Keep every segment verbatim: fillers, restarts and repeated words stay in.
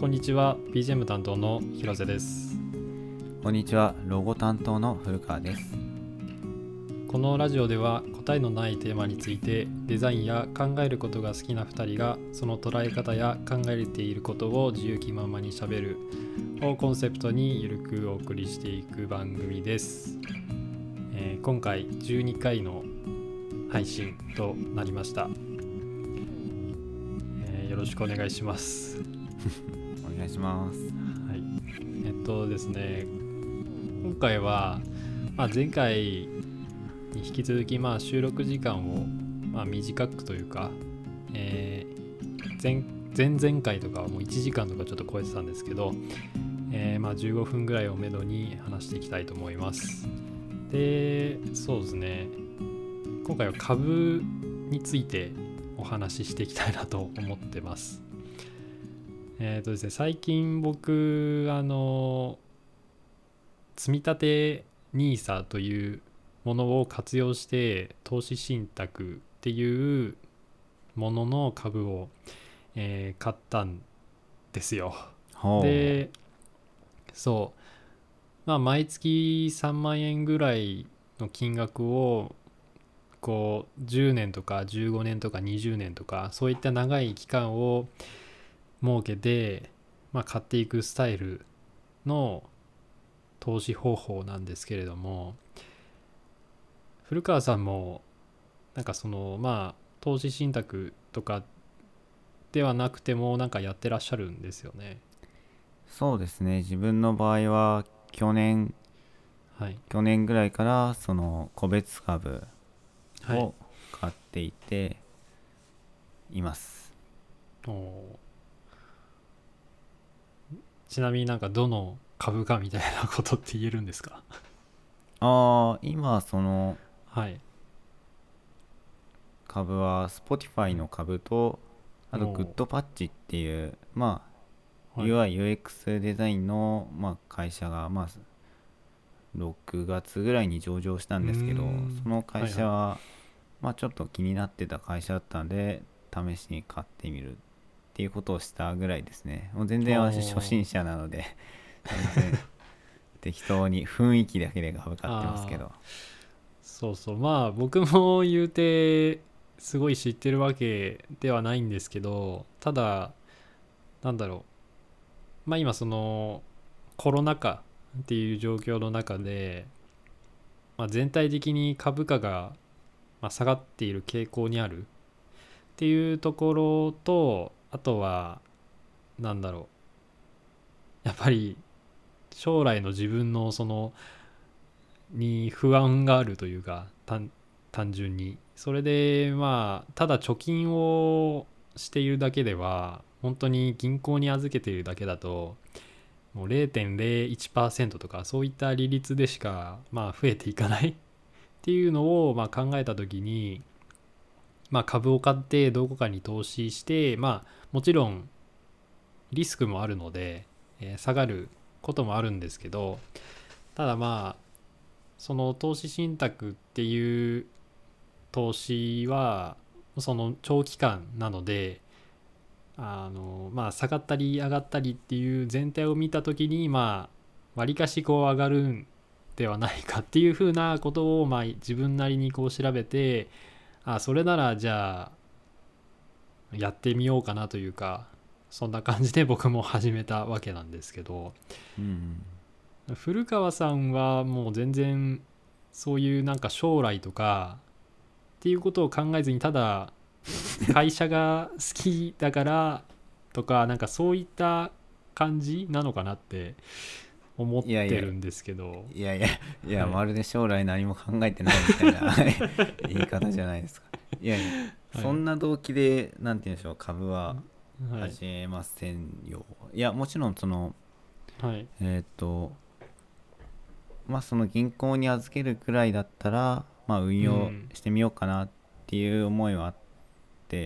こんにちは。 ビージーエム 担当の広瀬です。 こんにちは。ロゴ担当の古川です。 このラジオでは答えのないテーマについてデザインや考えることが好きなふたりがその捉え方や考えていることを自由気ままにしゃべるをコンセプトにゆるくお送りしていく番組です。えー今回じゅうにかいの配信となりました。えーよろしくお願いします。 お願いします。 はい、えっとですね今回は、まあ、前回に引き続き、まあ、収録時間を、まあ、短くというか、えー、前, 前々回とかはもういちじかんとかちょっと超えてたんですけど、えーまあ、じゅうごふんぐらいをめどに話していきたいと思います。で、そうですね今回は株についてお話ししていきたいなと思ってます。えーとですね、最近僕あの積み立て ニーサ というものを活用して投資信託っていうものの株を、えー買ったんですよ。 ほう。 で、そうまあ毎月さんまんえんぐらいの金額をこうじゅうねんとかじゅうごねんとかにじゅうねんとかそういった長い期間を設けて、まあ、買っていくスタイルの投資方法なんですけれども、古川さんもなんかそのまあ投資信託とかではなくてもなんかやってらっしゃるんですよね。 そうですね。自分の場合は去年はい。 去年ぐらいからその個別株はい。 を買っていています。 おちなみになんかどの株かみたいなことって言えるんですか？ ああ、今そのはい。 株は Spotify の株と、あとグッおドパッチっていうまあはい。 ユーアイ ユーエックス デザインのまあ会社がまあろくがつぐらいに上場したうーんですけど、そん。 の会はいはい。 社はまあちょっと気になってた会社だったので試しに買ってみるっていうことをしたぐらいですね。もう全然私初お心者なので全然適当に雰囲気だけで株買ってますけああ、 ど。 そうそう。まあ僕も言うてすごい知ってるわけではないんですけど、ただなんだろう。まあ今そのコロナ禍っていう状況の中で、まあ、全体的に株価がまあ下がっている傾向にあるっていうところと、あとはなんだろう、やっぱり将来の自分のそのに不安があるというか、単単純にそれでまあただ貯金をしているだけでは本当に銀行に預けているだけだともう れいてんれいいちパーセント とかそういった利率でしかまあ増えていかないっていうのをまあ考えた時に、まあ、株を買ってどこかに投資して、まあもちろんリスクもあるので、えー下がることもあるんですけど、ただまあその投資信託っていう投資はその長期間なので、あのまあ下がったり上がったりっていう全体を見た時にまあわりかしこう上がるんではないかっていうふうなことをまあ自分なりにこう調べて、あそれならじゃあやってみようかなというか、そんな感じで僕も始めたわけなんですけど、 うん。 古川さんはもう全然そういうなんか将来とかっていうことを考えずに、ただ会社が好きだからとかなんかそういった感じなのかなって思っいやいやてるんですけど。 いやいやいや、 はい。 まるで将来何も考えてないみたいな言い方じゃないですか。いやいや、 はい。 そんな動機でなんて言うんでしょう、株ははい。 始めませんよ。いや、もちろんそのはい。 えっとまあその銀行に預けるくらいだったらまあ運用うん。 してみようかなっていう思いはあって、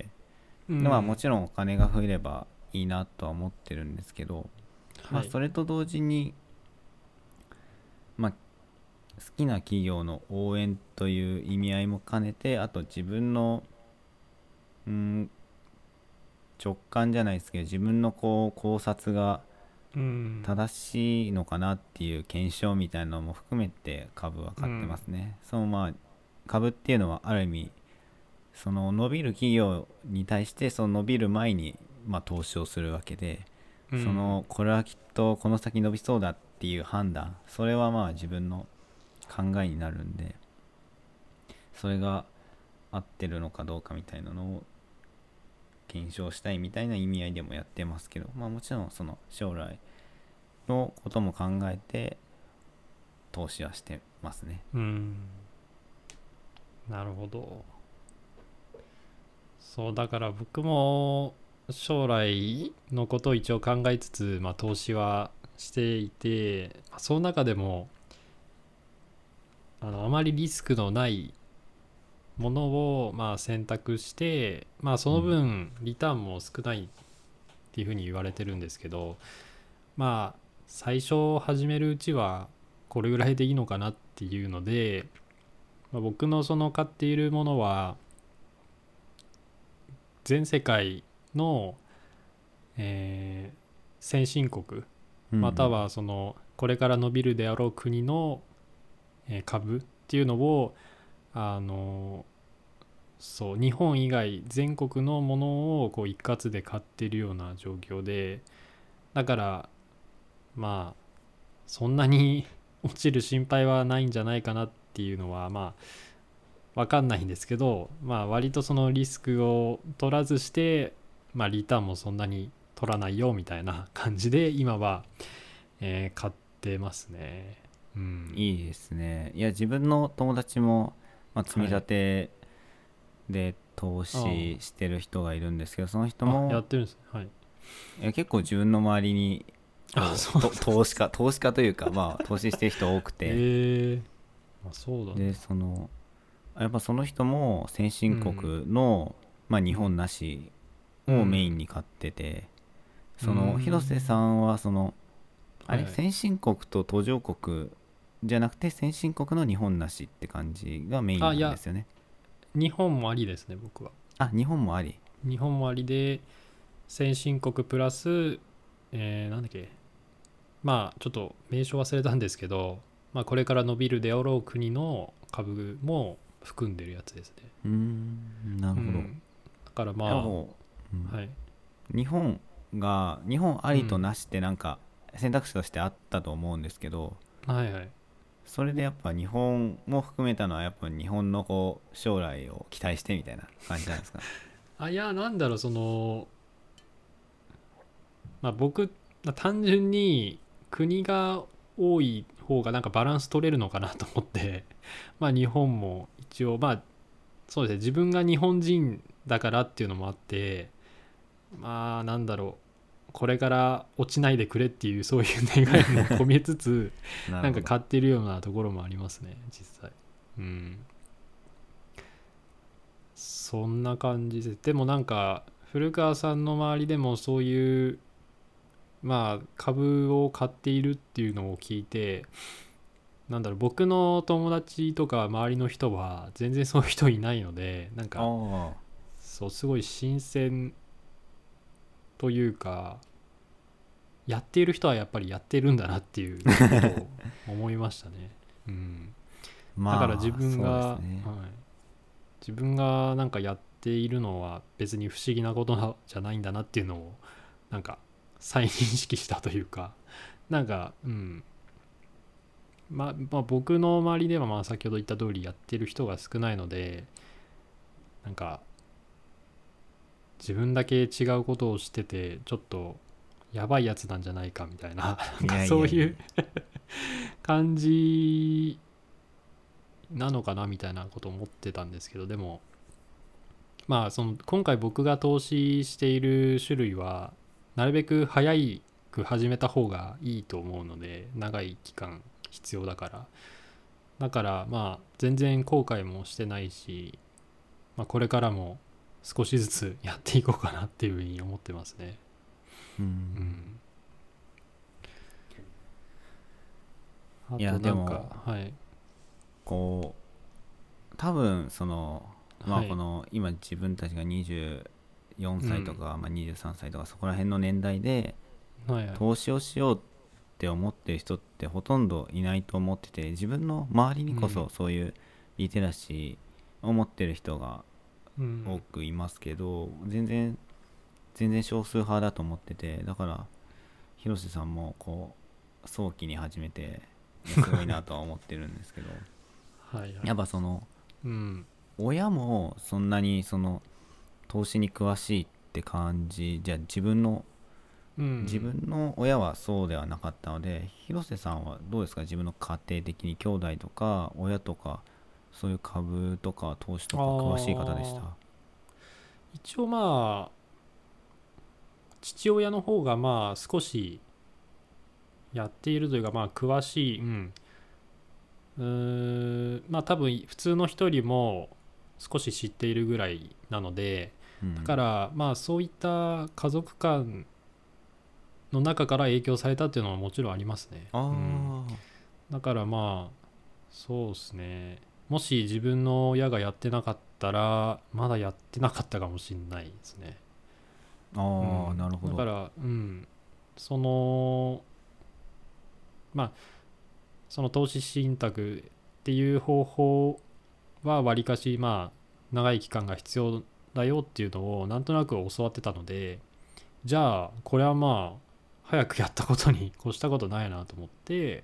でまあもうん。 ちろんお金が増えればいいなとは思ってるんですけど、まあはい。 それと同時にまあ好きな企業の応援という意味合いも兼ねて、あと自分のうん直感じゃないですけど自分のこう考察がうん正しいのかなっていう検証みたいなのも含めて株は買ってますね。そのまあ株っていうのはある意味その伸びる企業に対してその伸びる前にまあ投資をするわけで、 うんそのこれはきっとこの先伸びそうだっていう判断、それはまあ自分の考えになるんで、それが合ってるのかどうかみたいなのを検証したいみたいな意味合いでもやってますけど、まあもちろんその将来のことも考えて投資はしてますね。 うんなるほど。そうだから僕も将来のことを一応考えつつ、まあ、投資はしていて、まあその中でもあのあまりリスクのないものをまあ選択して、まあ、その分リターンも少ないっていうふうに言われてるんですけど、まあ最初始めるうちはこれぐらいでいいのかなっていうので、まあ、僕のその買っているものは全世界の、えー先進国またはそのこれから伸びるであろう国のえー株っていうのをあのそう日本以外全国のものをこう一括で買っているような状況で、だからまあそんなに落ちる心配はないんじゃないかなっていうのはまあ分かんないんですけど、まあ割とそのリスクを取らずして、まあリターンもそんなに取らないよみたいな感じで今は、えー買ってますね。うん、 いいですね。いや自分の友達も、まあ、積み立てで投資してる人がいるんですけど、その人あやもってるんですね。はい。 いや結構自分の周りにこあそううと投資家投資家というかまあ投資してる人多くて、 えー、あそうだね。 でそのやっぱその人も先進国の、まあ、日本なしをメインに買ってて、その広瀬さんはそのあれ、 はいはい、 先進国と途上国じゃなくて先進国の日本なしって感じがメインなんですよね。 日本もありですね僕は。 あ、日本もあり。 日本もありで先進国プラス、えー、なんだっけ、まあちょっと名称忘れたんですけど、まあ、これから伸びるであろう国の株も含んでるやつですね。 うーん、なるほど。うん、 だからまあ、 うん、 はい、 日本が日本ありとなしってなんか選択肢としてあったと思うんですけど、 うん、はいはい。 それでやっぱ日本も含めたのはやっぱ日本のこう将来を期待してみたいな感じなんですか？ あいやなんだろうそのまあ僕単純に国が多い方がなんかバランス取れるのかなと思ってまあ日本も一応まあそうですね自分が日本人だからっていうのもあってまあなんだろうこれから落ちないでくれっていうそういう願いも込めつつななんか買ってるようなところもありますね実際。うんそんな感じででもなんか古川さんの周りでもそういうまあ株を買っているっていうのを聞いてなんだろう僕の友達とか周りの人は全然そういう人いないのでなんかあそうすごい新鮮というかやっている人はやっぱりやってるんだなっていうことを思いましたね、うん、 まあだから自分が、 そうですね、 はい、自分がなんかやっているのは別に不思議なことじゃないんだなっていうのをなんか再認識したというかなんかうんまあ、まあ僕の周りではまあ先ほど言った通りやってる人が少ないのでなんか自分だけ違うことをしててちょっとやばいやつなんじゃないかみたいなそういう感じなのかなみたいなことを思ってたんですけど、でもまあその今回僕が投資している種類はなるべく早く始めた方がいいと思うので長い期間必要だからだからまあ全然後悔もしてないし、まあ、これからも少しずつやっていこうかなっていうふうに思ってますね。 うん、 うん、 いやでも、 はい、 こう多分そのまあこの今自分たちがにじゅうよんさいとか、まあ、にじゅうさんさいとかそこら辺の年代ではいはい。 投資をしようって思ってる人ってほとんどいないと思ってて、自分の周りにこうんそそういうリテラシーを持ってる人がうん多くいますけど、全然全然少数派だと思ってて、だから広瀬さんもこう早期に始めてすごいなとは思ってるんですけどはいはい。 やっぱそのうん親もそんなにその投資に詳しいって感じじゃあ自分のうん自分の親はそうではなかったので、広瀬さんはどうですか？自分の家庭的に兄弟とか親とかそういう株とか投資とあか詳しい方でしーた？ 一応まあ父親の方がまあ少しやっているというかまあ詳しい、うんうーんまあ多分普通の人よりも少し知っているぐらいなので、 うんだからまあそういった家族間の中から影響されたっていうのはもちろんありますね。 あうん、 あだからまあそうですね、もし自分の親がやってなかったらまだやってなかったかもしれないですね。 あうあ、 ん、 なるほど。 だからうんそのまあその投資信託っていう方法はわりかしまあ長い期間が必要だよっていうのをなんとなく教わってたので、じゃあこれはまあ早くやったことに越したことないなと思って、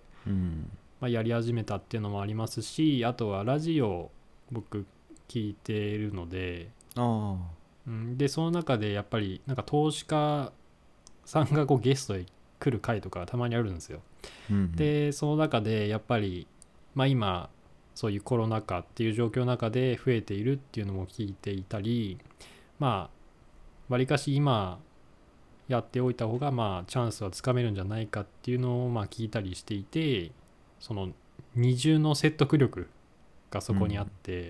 うんまあ、やり始めたっていうのもありますし、あとはラジオ僕聞いているので、 あうん、でその中でやっぱりなんか投資家さんがこうゲストへ来る回とかたまにあるんですよ。 あうんでその中でやっぱり、まあ、今そういうコロナ禍っていう状況の中で増えているっていうのも聞いていたり、まあわりかし今やっておいた方がまあチャンスはつかめるんじゃないかっていうのをまあ聞いたりしていて、その二重の説得力がそこにあって、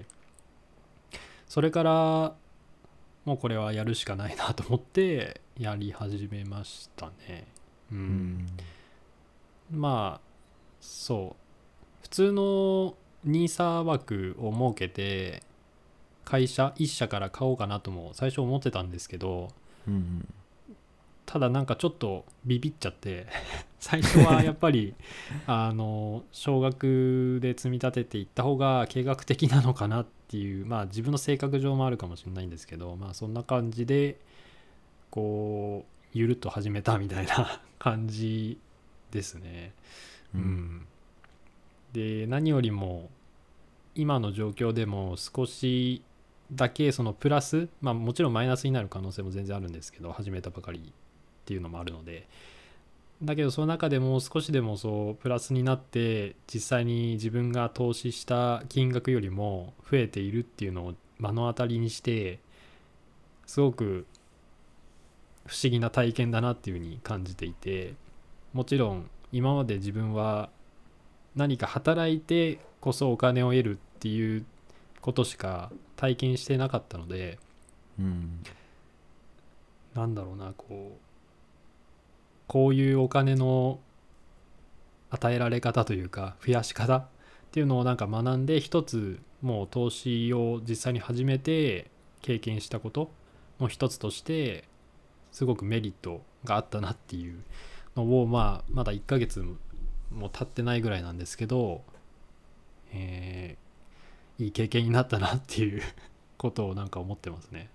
それからもうこれはやるしかないなと思ってやり始めましたね。ううんんまあそう普通のニーサ枠を設けて会社一社から買おうかなとも最初思ってたんですけど、 うんただなんかちょっとビビっちゃって最初はやっぱりあの少額で積み立てていった方が計画的なのかなっていう、まあ自分の性格上もあるかもしれないんですけど、まあそんな感じでこうゆるっと始めたみたいな感じですね。 ううんん、で何よりも今の状況でも少しだけそのプラス、まあもちろんマイナスになる可能性も全然あるんですけど、始めたばかりっていうのもあるので、だけどその中でも少しでもそうプラスになって実際に自分が投資した金額よりも増えているっていうのを目の当たりにして、すごく不思議な体験だなっていうふうに感じていて、もちろん今まで自分は何か働いてこそお金を得るっていうことしか体験してなかったので、 うんなんだろうな、こうこういうお金の与えられ方というか増やし方っていうのをなんか学んで、一つもう投資を実際に始めて経験したことの一つとしてすごくメリットがあったなっていうのを、まあまだいっかげつも経ってないぐらいなんですけど、えーいい経験になったなっていうことをなんか思ってますね。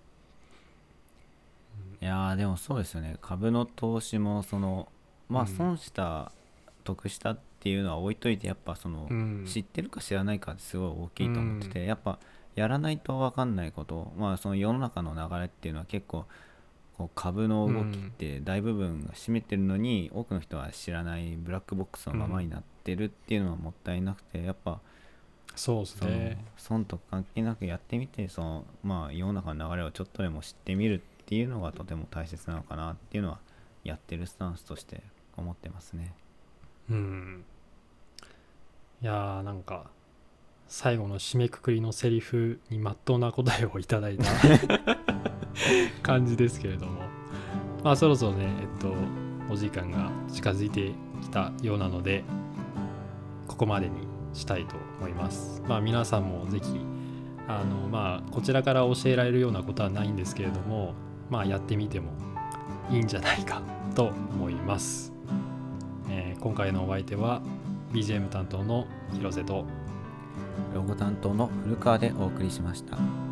いやーでもそうですよね。株の投資もそのまあうん損した得したっていうのは置いといて、やっぱそのうん知ってるか知らないかってすごい大きいと思ってて、やっぱやらないと分かんないこと、まあその世の中の流れっていうのは結構こう株の動きって大部分が占めてるのに、多くの人は知らないブラックボックスのままになってるっていうのはもったいなくて、やっぱそうですそのね。 損と関係なくやってみて、そのまあ世の中の流れをちょっとでも知ってみるっていうのがとても大切なのかなっていうのはやってるスタンスとして思ってますね。 うんいやーなんか最後の締めくくりのセリフにまっとうな答えをいただいた感じですけれども、まあそろそろねえっとお時間が近づいてきたようなのでここまでにしたいと思います。まあ皆さんもぜひあのまあこちらから教えられるようなことはないんですけれども、 まあやってみてもいいんじゃないかと思います。えー、今回のお相手は ビージーエム 担当の広瀬とロゴ担当の古川でお送りしました。